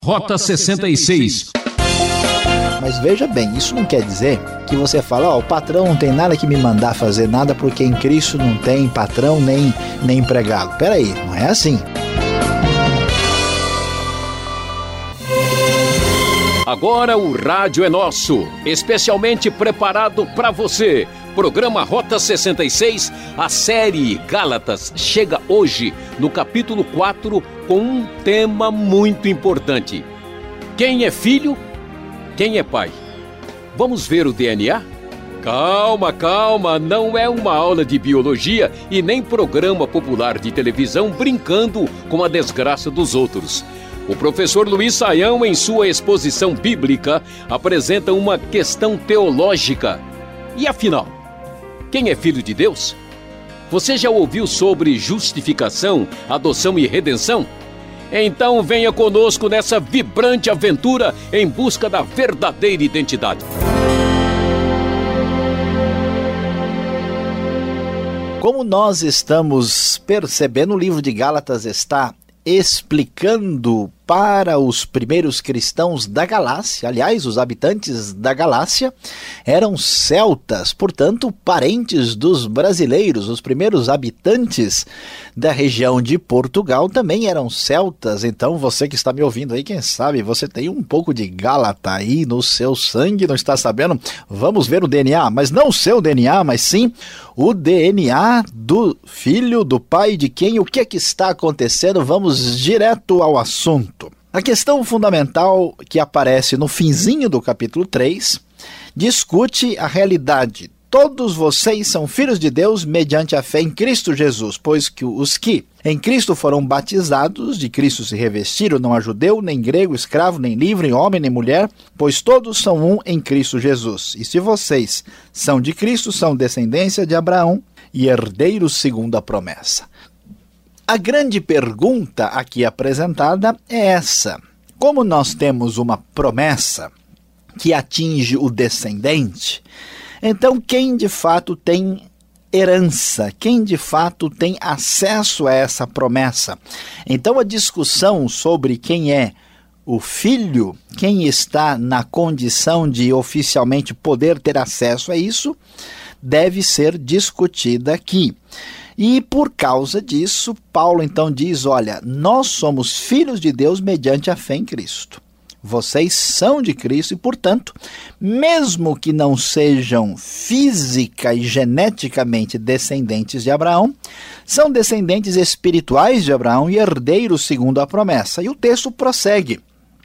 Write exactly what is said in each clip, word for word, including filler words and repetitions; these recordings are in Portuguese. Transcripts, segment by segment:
Rota sessenta e seis. Mas veja bem, isso não quer dizer que você fala, ó, oh, o patrão não tem nada que me mandar fazer nada porque em Cristo não tem patrão nem, nem empregado. Peraí, não é assim. Agora o rádio é nosso, especialmente preparado para você. Programa Rota sessenta e seis, a série Gálatas chega hoje no capítulo quatro com um tema muito importante. Quem é filho? Quem é pai? Vamos ver o D N A? Calma, calma, não é uma aula de biologia e nem programa popular de televisão brincando com a desgraça dos outros. O professor Luiz Saião, em sua exposição bíblica, apresenta uma questão teológica. E afinal, quem é filho de Deus? Você já ouviu sobre justificação, adoção e redenção? Então venha conosco nessa vibrante aventura em busca da verdadeira identidade. Como nós estamos percebendo, o livro de Gálatas está explicando para os primeiros cristãos da Galácia, aliás, os habitantes da Galácia eram celtas, portanto, parentes dos brasileiros. Os primeiros habitantes da região de Portugal também eram celtas. Então, você que está me ouvindo aí, quem sabe você tem um pouco de Gálata aí no seu sangue, não está sabendo? Vamos ver o D N A, mas não o seu D N A, mas sim o D N A do filho, do pai, de quem, o que é que está acontecendo. Vamos direto ao assunto. A questão fundamental que aparece no finzinho do capítulo três discute a realidade. Todos vocês são filhos de Deus mediante a fé em Cristo Jesus, pois que os que em Cristo foram batizados, de Cristo se revestiram, não há judeu, nem grego, escravo, nem livre, homem, nem mulher, pois todos são um em Cristo Jesus. E se vocês são de Cristo, são descendência de Abraão e herdeiros segundo a promessa. A grande pergunta aqui apresentada é essa: como nós temos uma promessa que atinge o descendente, então quem de fato tem herança, quem de fato tem acesso a essa promessa? Então a discussão sobre quem é o filho, quem está na condição de oficialmente poder ter acesso a isso, deve ser discutida aqui. E por causa disso, Paulo então diz, olha, nós somos filhos de Deus mediante a fé em Cristo. Vocês são de Cristo e, portanto, mesmo que não sejam física e geneticamente descendentes de Abraão, são descendentes espirituais de Abraão e herdeiros segundo a promessa. E o texto prossegue.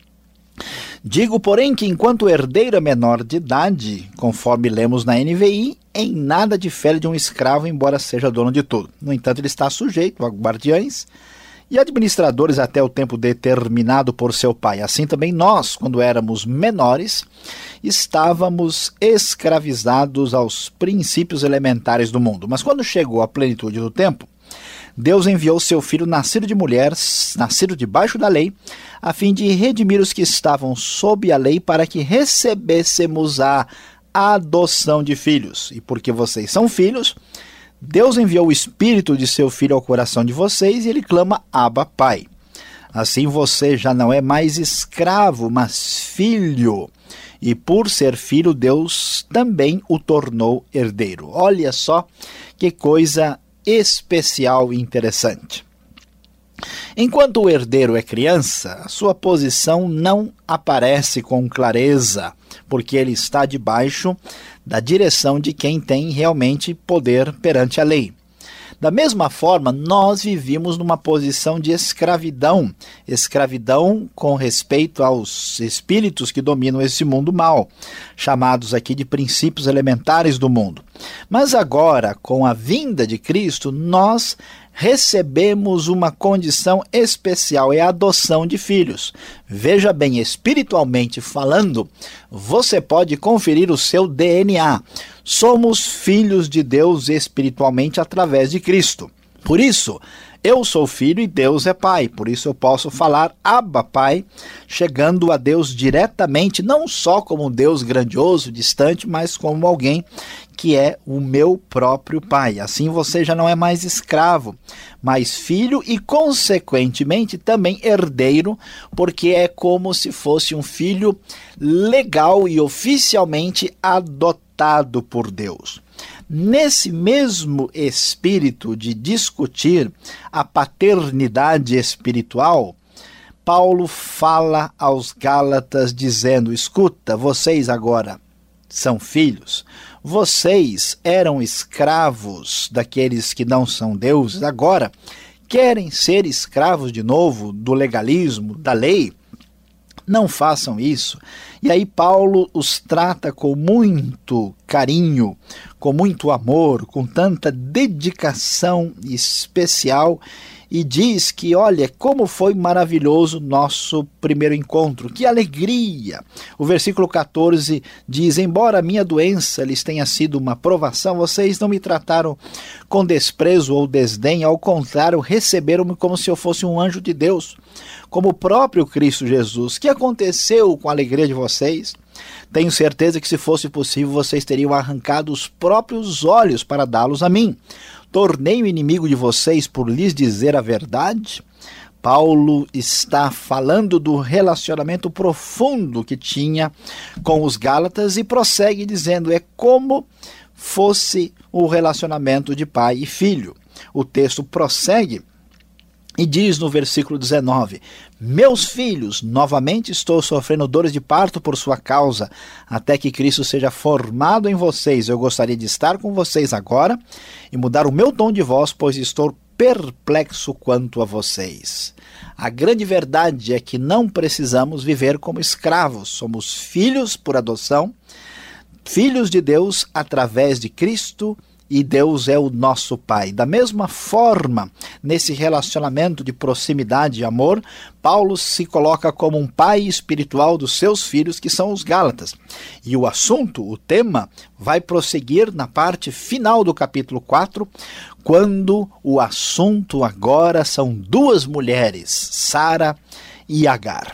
Digo, porém, que enquanto o herdeiro é menor de idade, conforme lemos na N V I, em nada difere de um escravo, embora seja dono de tudo. No entanto, ele está sujeito a guardiães e administradores até o tempo determinado por seu pai. Assim também nós, quando éramos menores, estávamos escravizados aos princípios elementares do mundo. Mas quando chegou a plenitude do tempo, Deus enviou seu filho nascido de mulher, nascido debaixo da lei, a fim de redimir os que estavam sob a lei, para que recebêssemos a adoção de filhos. E porque vocês são filhos, Deus enviou o Espírito de seu Filho ao coração de vocês e ele clama, Abba, Pai. Assim você já não é mais escravo, mas filho. E por ser filho, Deus também o tornou herdeiro. Olha só que coisa especial e interessante. Enquanto o herdeiro é criança, a sua posição não aparece com clareza, porque ele está debaixo da direção de quem tem realmente poder perante a lei. Da mesma forma, nós vivíamos numa posição de escravidão, escravidão com respeito aos espíritos que dominam esse mundo mal, chamados aqui de princípios elementares do mundo. Mas agora, com a vinda de Cristo, nós recebemos uma condição especial, é a adoção de filhos. Veja bem, espiritualmente falando, você pode conferir o seu D N A. Somos filhos de Deus espiritualmente através de Cristo. Por isso, Eu sou filho e Deus é pai, por isso eu posso falar Abba, Pai, chegando a Deus diretamente, não só como um Deus grandioso, distante, mas como alguém que é o meu próprio pai. Assim você já não é mais escravo, mas filho e, consequentemente, também herdeiro, porque é como se fosse um filho legal e oficialmente adotado por Deus. Nesse mesmo espírito de discutir a paternidade espiritual, Paulo fala aos Gálatas dizendo: escuta, vocês agora são filhos, vocês eram escravos daqueles que não são deuses, agora querem ser escravos de novo do legalismo, da lei? Não façam isso. E aí Paulo os trata com muito carinho, com muito amor, com tanta dedicação especial, e diz que, olha, como foi maravilhoso nosso primeiro encontro, que alegria! O versículo catorze diz: embora a minha doença lhes tenha sido uma provação, vocês não me trataram com desprezo ou desdém, ao contrário, receberam-me como se eu fosse um anjo de Deus, como o próprio Cristo Jesus. O que aconteceu com a alegria de vocês? Tenho certeza que, se fosse possível, vocês teriam arrancado os próprios olhos para dá-los a mim. Tornei o inimigo de vocês por lhes dizer a verdade? Paulo está falando do relacionamento profundo que tinha com os Gálatas e prossegue dizendo: é como fosse o relacionamento de pai e filho. O texto prossegue e diz no versículo dezenove: meus filhos, novamente estou sofrendo dores de parto por sua causa, até que Cristo seja formado em vocês. Eu gostaria de estar com vocês agora e mudar o meu tom de voz, pois estou perplexo quanto a vocês. A grande verdade é que não precisamos viver como escravos. Somos filhos por adoção, filhos de Deus através de Cristo, e Deus é o nosso Pai. Da mesma forma, nesse relacionamento de proximidade e amor, Paulo se coloca como um pai espiritual dos seus filhos, que são os Gálatas. E o assunto, o tema, vai prosseguir na parte final do capítulo quatro, quando o assunto agora são duas mulheres, Sara e Agar.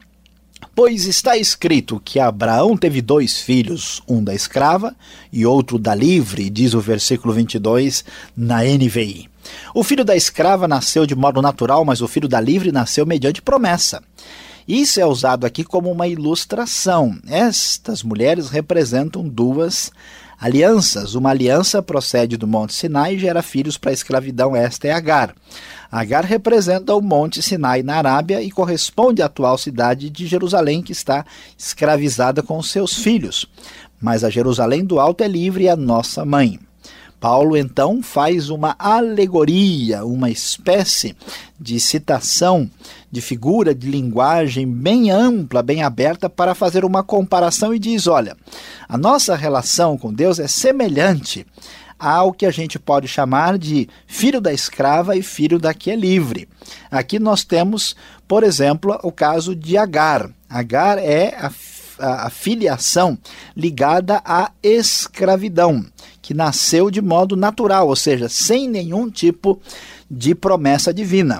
Pois está escrito que Abraão teve dois filhos, um da escrava e outro da livre, diz o versículo vinte e dois na N V I. O filho da escrava nasceu de modo natural, mas o filho da livre nasceu mediante promessa. Isso é usado aqui como uma ilustração. Estas mulheres representam duas alianças. Uma aliança procede do Monte Sinai e gera filhos para a escravidão. Esta é Agar. Agar representa o Monte Sinai na Arábia e corresponde à atual cidade de Jerusalém, que está escravizada com seus filhos. Mas a Jerusalém do Alto é livre e é nossa mãe. Paulo, então, faz uma alegoria, uma espécie de citação, de figura de linguagem bem ampla, bem aberta, para fazer uma comparação e diz: olha, a nossa relação com Deus é semelhante ao que a gente pode chamar de filho da escrava e filho da que é livre. Aqui nós temos, por exemplo, o caso de Agar. Agar é a, a, a filiação ligada à escravidão, que nasceu de modo natural, ou seja, sem nenhum tipo de promessa divina.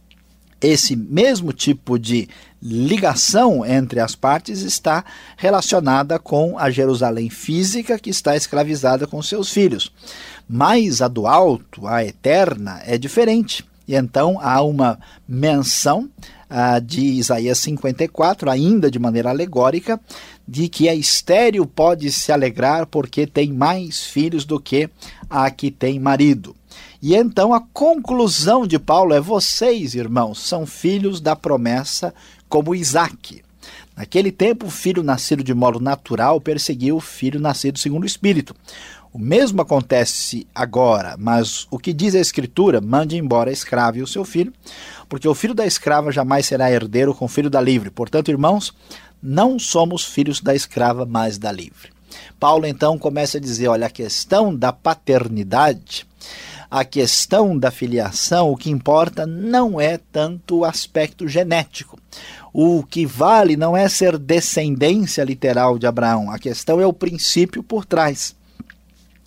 Esse mesmo tipo de ligação entre as partes está relacionada com a Jerusalém física, que está escravizada com seus filhos. Mas a do alto, a eterna, é diferente. E então há uma menção ah, de Isaías cinquenta e quatro, ainda de maneira alegórica, de que a estéril pode se alegrar porque tem mais filhos do que a que tem marido. E então a conclusão de Paulo é: vocês, irmãos, são filhos da promessa como Isaque. Naquele tempo, o filho nascido de modo natural perseguiu o filho nascido segundo o Espírito. O mesmo acontece agora, mas o que diz a Escritura? Mande embora a escrava e o seu filho, porque o filho da escrava jamais será herdeiro com o filho da livre. Portanto, irmãos, não somos filhos da escrava, mas da livre. Paulo, então, começa a dizer, olha, a questão da paternidade, a questão da filiação, o que importa não é tanto o aspecto genético. O que vale não é ser descendência literal de Abraão, a questão é o princípio por trás.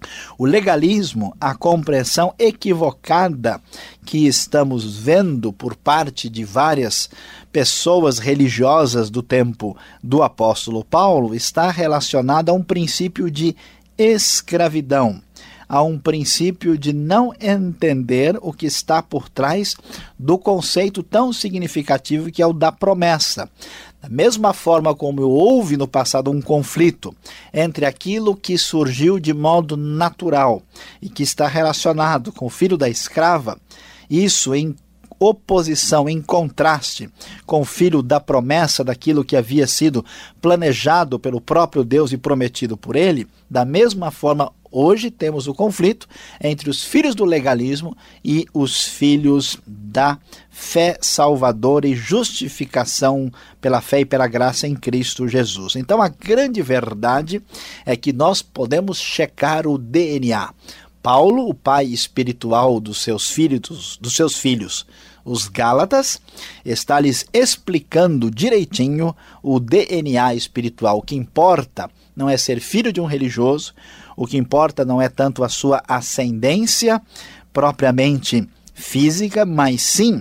O legalismo, a compreensão equivocada que estamos vendo por parte de várias pessoas religiosas do tempo do apóstolo Paulo, está relacionada a um princípio de escravidão, a um princípio de não entender o que está por trás do conceito tão significativo que é o da promessa. Da mesma forma como houve no passado um conflito entre aquilo que surgiu de modo natural e que está relacionado com o filho da escrava, isso em oposição, em contraste com o filho da promessa, daquilo que havia sido planejado pelo próprio Deus e prometido por ele, da mesma forma, hoje temos o conflito entre os filhos do legalismo e os filhos da fé salvadora e justificação pela fé e pela graça em Cristo Jesus. Então a grande verdade é que nós podemos checar o D N A. Paulo, o pai espiritual dos seus filhos, dos seus filhos, os Gálatas, está lhes explicando direitinho o D N A espiritual. O que importa não é ser filho de um religioso, o que importa não é tanto a sua ascendência propriamente física, mas sim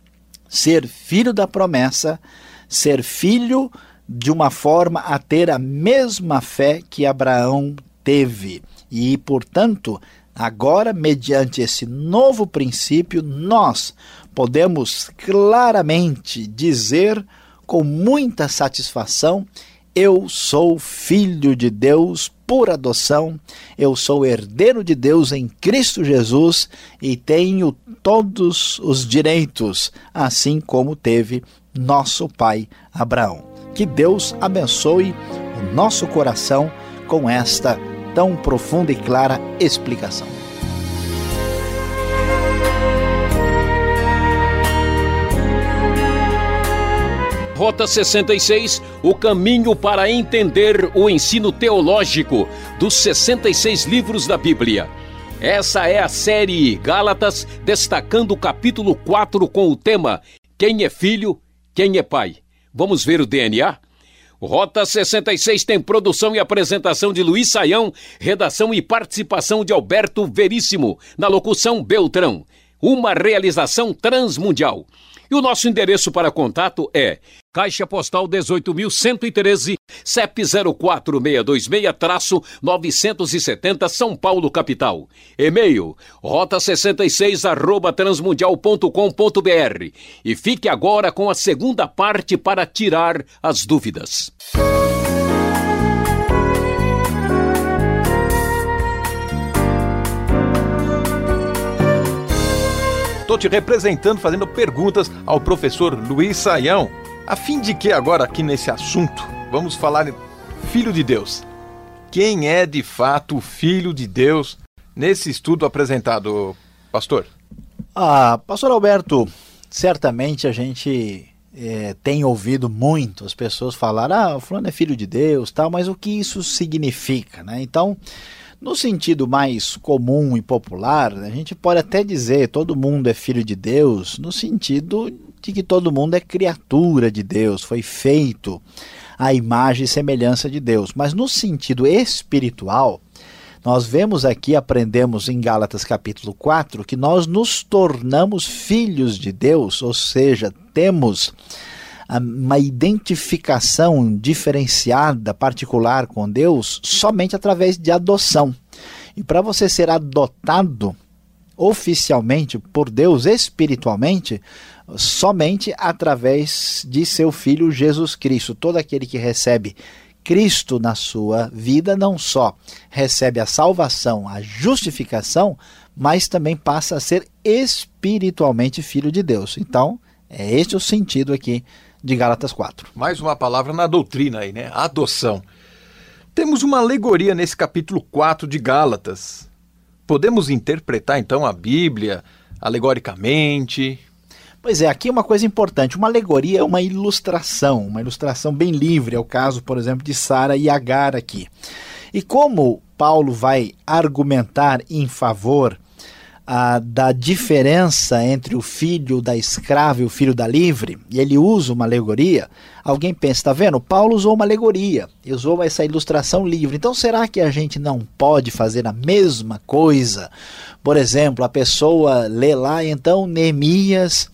ser filho da promessa, ser filho de uma forma a ter a mesma fé que Abraão teve. E, portanto, agora, mediante esse novo princípio, nós podemos claramente dizer com muita satisfação: eu sou filho de Deus por adoção, eu sou herdeiro de Deus em Cristo Jesus e tenho todos os direitos, assim como teve nosso pai Abraão. Que Deus abençoe o nosso coração com esta tão profunda e clara explicação. Rota sessenta e seis, o caminho para entender o ensino teológico dos sessenta e seis livros da Bíblia. Essa é a série Gálatas, destacando o capítulo quatro com o tema Quem é filho, quem é pai? Vamos ver o D N A? O Rota sessenta e seis tem produção e apresentação de Luiz Saião, redação e participação de Alberto Veríssimo, na locução Beltrão. Uma realização transmundial. E o nosso endereço para contato é Caixa Postal dezoito mil cento e treze, C E P zero quatro seis dois seis, novecentos e setenta, São Paulo, capital. E-mail rota sessenta e seis arroba transmundial ponto com ponto br. E fique agora com a segunda parte para tirar as dúvidas. Estou te representando, fazendo perguntas ao professor Luiz Saião, a fim de que agora aqui nesse assunto vamos falar Filho de Deus. Quem é de fato o Filho de Deus nesse estudo apresentado, pastor? Ah, pastor Alberto, certamente a gente é, tem ouvido muito as pessoas falar, ah, o fulano é filho de Deus, tal, mas o que isso significa, né? Então, no sentido mais comum e popular, a gente pode até dizer todo mundo é filho de Deus, no sentido de que todo mundo é criatura de Deus, foi feito à imagem e semelhança de Deus. Mas no sentido espiritual, nós vemos aqui, aprendemos em Gálatas capítulo quatro, que nós nos tornamos filhos de Deus, ou seja, temos uma identificação diferenciada, particular com Deus, somente através de adoção. E para você ser adotado oficialmente por Deus, espiritualmente, somente através de seu Filho Jesus Cristo. Todo aquele que recebe Cristo na sua vida não só recebe a salvação, a justificação, mas também passa a ser espiritualmente filho de Deus. Então, é este o sentido aqui de Gálatas quatro. Mais uma palavra na doutrina aí, né? Adoção. Temos uma alegoria nesse capítulo quatro de Gálatas. Podemos interpretar então a Bíblia alegoricamente? Pois é, aqui é uma coisa importante. Uma alegoria é uma ilustração, uma ilustração bem livre. É o caso, por exemplo, de Sara e Agar aqui. E como Paulo vai argumentar em favor ah, da diferença entre o filho da escrava e o filho da livre, e ele usa uma alegoria, alguém pensa, está vendo? Paulo usou uma alegoria, usou essa ilustração livre, então será que a gente não pode fazer a mesma coisa? Por exemplo, a pessoa lê lá, então Neemias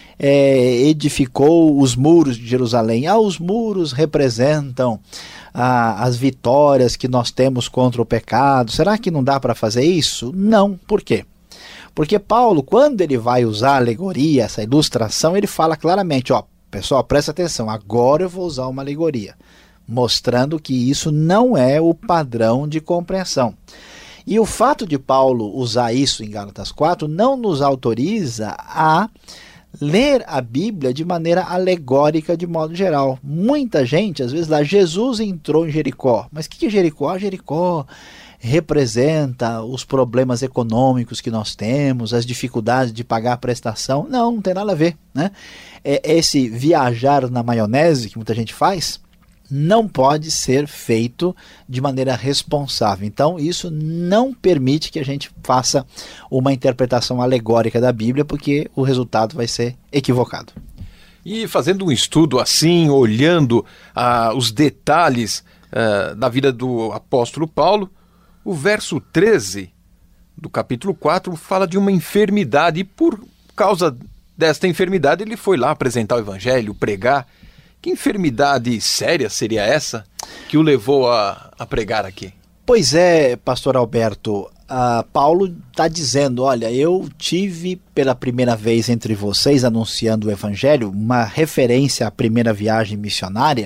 é, edificou os muros de Jerusalém. Ah, os muros representam ah, as vitórias que nós temos contra o pecado. Será que não dá para fazer isso? Não. Por quê? Porque Paulo, quando ele vai usar a alegoria, essa ilustração, ele fala claramente, ó, pessoal, presta atenção, agora eu vou usar uma alegoria, mostrando que isso não é o padrão de compreensão. E o fato de Paulo usar isso em Gálatas quatro não nos autoriza a ler a Bíblia de maneira alegórica de modo geral. Muita gente, às vezes, lá, Jesus entrou em Jericó. Mas o que é Jericó? Ah, Jericó representa os problemas econômicos que nós temos, as dificuldades de pagar a prestação. Não, não tem nada a ver, né? É esse viajar na maionese que muita gente faz, não pode ser feito de maneira responsável. Então, isso não permite que a gente faça uma interpretação alegórica da Bíblia, porque o resultado vai ser equivocado. E fazendo um estudo assim, olhando ah, os detalhes ah, da vida do apóstolo Paulo, o verso treze do capítulo quatro fala de uma enfermidade, e por causa desta enfermidade ele foi lá apresentar o evangelho, pregar. Que enfermidade séria seria essa que o levou a, a pregar aqui? Pois é, pastor Alberto, uh, Paulo está dizendo, olha, eu tive pela primeira vez entre vocês anunciando o evangelho, uma referência à primeira viagem missionária,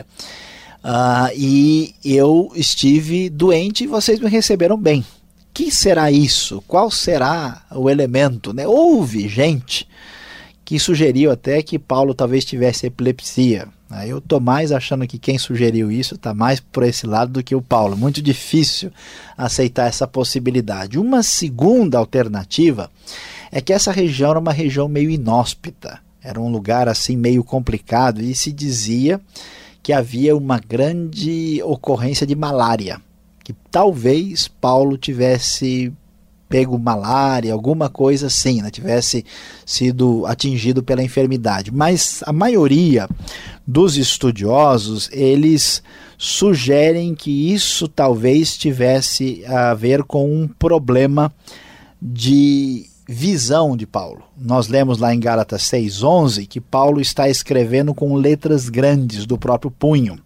uh, e eu estive doente e vocês me receberam bem. Que será isso? Qual será o elemento? Né? Houve gente que sugeriu até que Paulo talvez tivesse epilepsia. Eu estou mais achando que quem sugeriu isso está mais por esse lado do que o Paulo. Muito difícil aceitar essa possibilidade. Uma segunda alternativa é que essa região era uma região meio inóspita. Era um lugar assim meio complicado e se dizia que havia uma grande ocorrência de malária. Que talvez Paulo tivesse pego malária, alguma coisa assim, né? Tivesse sido atingido pela enfermidade. Mas a maioria dos estudiosos, eles sugerem que isso talvez tivesse a ver com um problema de visão de Paulo. Nós lemos lá em Gálatas seis, onze, que Paulo está escrevendo com letras grandes do próprio punho.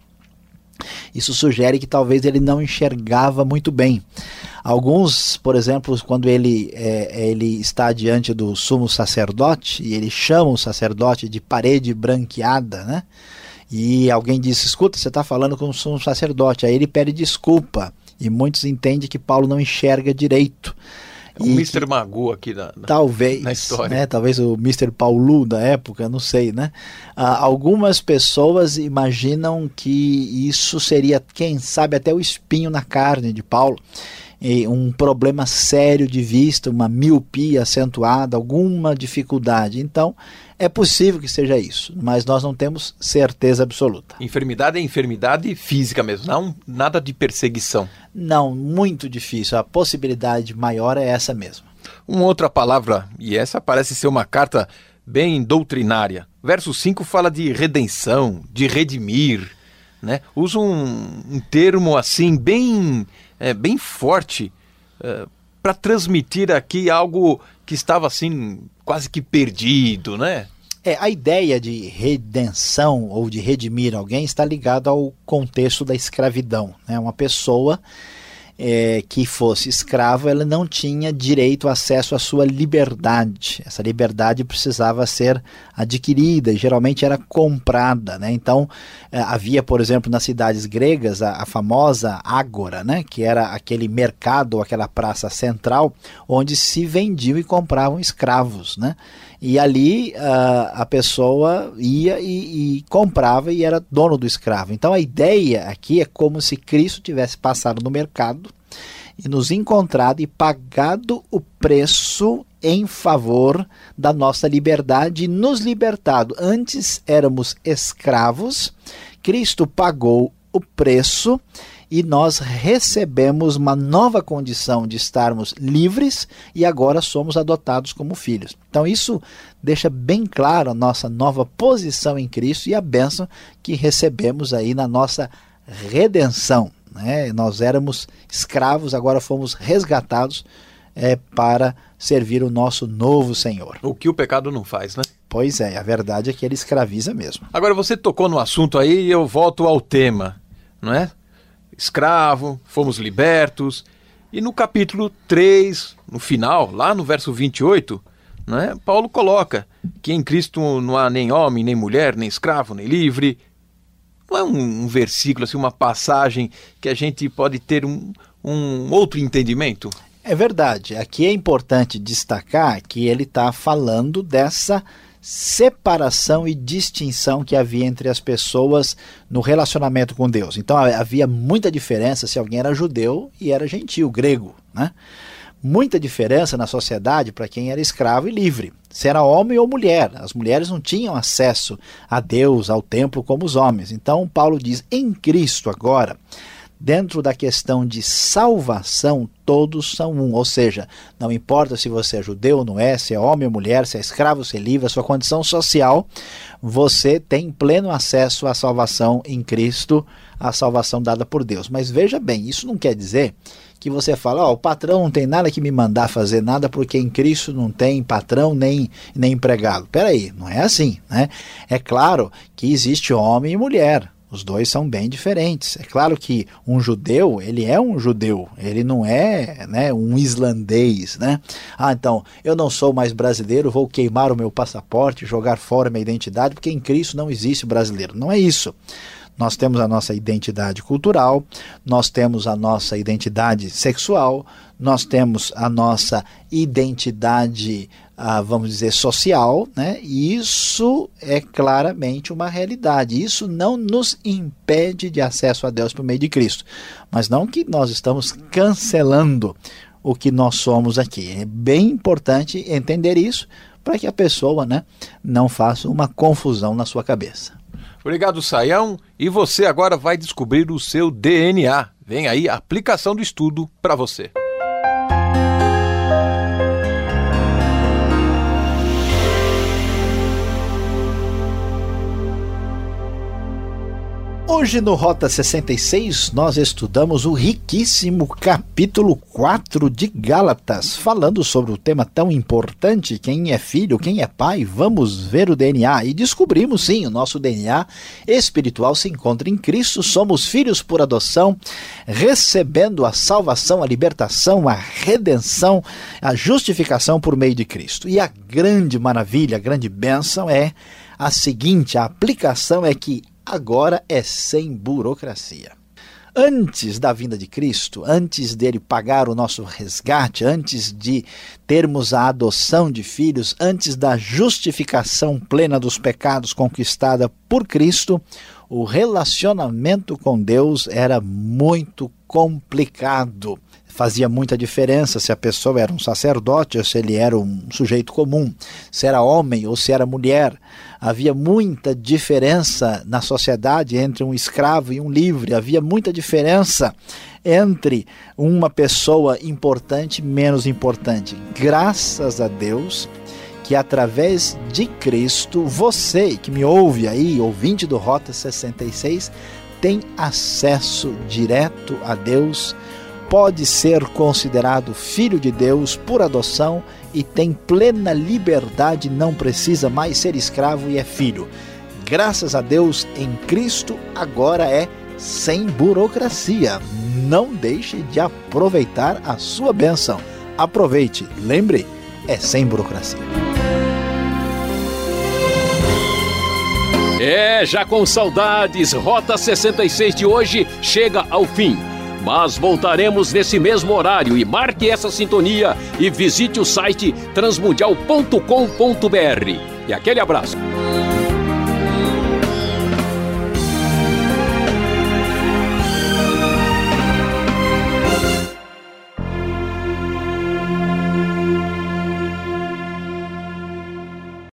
Isso sugere que talvez ele não enxergava muito bem. Alguns, por exemplo, quando ele, é, ele está diante do sumo sacerdote, e ele chama o sacerdote de parede branqueada, né? E alguém diz, escuta, você está falando com o sumo sacerdote. Aí ele pede desculpa, e muitos entendem que Paulo não enxerga direito. O mister Magoo aqui na, na, talvez, na história. Né, talvez o mister Paulu da época, não sei, né? Ah, algumas pessoas imaginam que isso seria, quem sabe, até o espinho na carne de Paulo. E um problema sério de vista, uma miopia acentuada, alguma dificuldade. Então, é possível que seja isso, mas nós não temos certeza absoluta. Enfermidade é enfermidade física mesmo, não nada de perseguição. Não, muito difícil. A possibilidade maior é essa mesmo. Uma outra palavra, e essa parece ser uma carta bem doutrinária. Verso cinco fala de redenção, de redimir, né? Usa um, um termo assim bem, é, bem forte é, para transmitir aqui algo que estava assim quase que perdido, né? É, a ideia de redenção ou de redimir alguém está ligada ao contexto da escravidão, né? Uma pessoa é, que fosse escrava, ela não tinha direito, acesso à sua liberdade. Essa liberdade precisava ser adquirida e geralmente era comprada, né? Então é, havia, por exemplo, nas cidades gregas a, a famosa ágora, né? Que era aquele mercado, aquela praça central onde se vendiam e compravam escravos, né? E ali uh, a pessoa ia e, e comprava e era dono do escravo. Então a ideia aqui é como se Cristo tivesse passado no mercado e nos encontrado e pagado o preço em favor da nossa liberdade e nos libertado. Antes éramos escravos, Cristo pagou o preço e nós recebemos uma nova condição de estarmos livres e agora somos adotados como filhos. Então isso deixa bem claro a nossa nova posição em Cristo e a bênção que recebemos aí na nossa redenção, né? Nós éramos escravos, agora fomos resgatados é, para servir o nosso novo Senhor. O que o pecado não faz, né? Pois é, a verdade é que ele escraviza mesmo. Agora você tocou no assunto aí e eu volto ao tema, não é? Escravo, fomos libertos, e no capítulo três, no final, lá no verso vinte e oito, não é? Paulo coloca que em Cristo não há nem homem, nem mulher, nem escravo, nem livre. Não é um, um versículo, assim, uma passagem que a gente pode ter um, um outro entendimento? É verdade. Aqui é importante destacar que ele está falando dessa separação e distinção que havia entre as pessoas no relacionamento com Deus. Então havia muita diferença se alguém era judeu e era gentio, grego, né? Muita diferença na sociedade para quem era escravo e livre, se era homem ou mulher. As mulheres não tinham acesso a Deus, ao templo como os homens. Então Paulo diz, em Cristo agora, dentro da questão de salvação, todos são um. Ou seja, não importa se você é judeu ou não é, se é homem ou mulher, se é escravo, se é livre, a sua condição social, você tem pleno acesso à salvação em Cristo, à salvação dada por Deus. Mas veja bem, isso não quer dizer que você fala, ó, oh, o patrão não tem nada que me mandar fazer nada porque em Cristo não tem patrão nem, nem empregado. Peraí, não é assim, né? É claro que existe homem e mulher. Os dois são bem diferentes. É claro que um judeu, ele é um judeu, ele não é, né, um islandês, né? Ah, então, eu não sou mais brasileiro, vou queimar o meu passaporte, jogar fora minha identidade, porque em Cristo não existe brasileiro. Não é isso. Nós temos a nossa identidade cultural, nós temos a nossa identidade sexual, nós temos a nossa identidade, ah, vamos dizer, social, né? E isso é claramente uma realidade. Isso não nos impede de acesso a Deus por meio de Cristo. Mas não que nós estamos cancelando o que nós somos aqui. É bem importante entender isso para que a pessoa, né, não faça uma confusão na sua cabeça. Obrigado, Sayão. E você agora vai descobrir o seu D N A. Vem aí a aplicação do estudo para você. Hoje no Rota sessenta e seis nós estudamos o riquíssimo capítulo quatro de Gálatas, falando sobre o tema tão importante, quem é filho, quem é pai. Vamos ver o D N A e descobrimos sim, o nosso D N A espiritual se encontra em Cristo, somos filhos por adoção, recebendo a salvação, a libertação, a redenção, a justificação por meio de Cristo. E a grande maravilha, a grande bênção é a seguinte, a aplicação é que agora é sem burocracia. Antes da vinda de Cristo, antes dele pagar o nosso resgate, antes de termos a adoção de filhos, antes da justificação plena dos pecados conquistada por Cristo, o relacionamento com Deus era muito complicado. Fazia muita diferença se a pessoa era um sacerdote ou se ele era um sujeito comum, se era homem ou se era mulher. Havia muita diferença na sociedade entre um escravo e um livre. Havia muita diferença entre uma pessoa importante e menos importante. Graças a Deus que através de Cristo, você que me ouve aí, ouvinte do Rota sessenta e seis, tem acesso direto a Deus, pode ser considerado filho de Deus por adoção e tem plena liberdade, não precisa mais ser escravo e é filho. Graças a Deus, em Cristo, agora é sem burocracia. Não deixe de aproveitar a sua bênção. Aproveite, lembre, é sem burocracia. É, já com saudades, Rota sessenta e seis de hoje chega ao fim. Mas voltaremos nesse mesmo horário e marque essa sintonia e visite o site transmundial ponto com ponto br. E aquele abraço.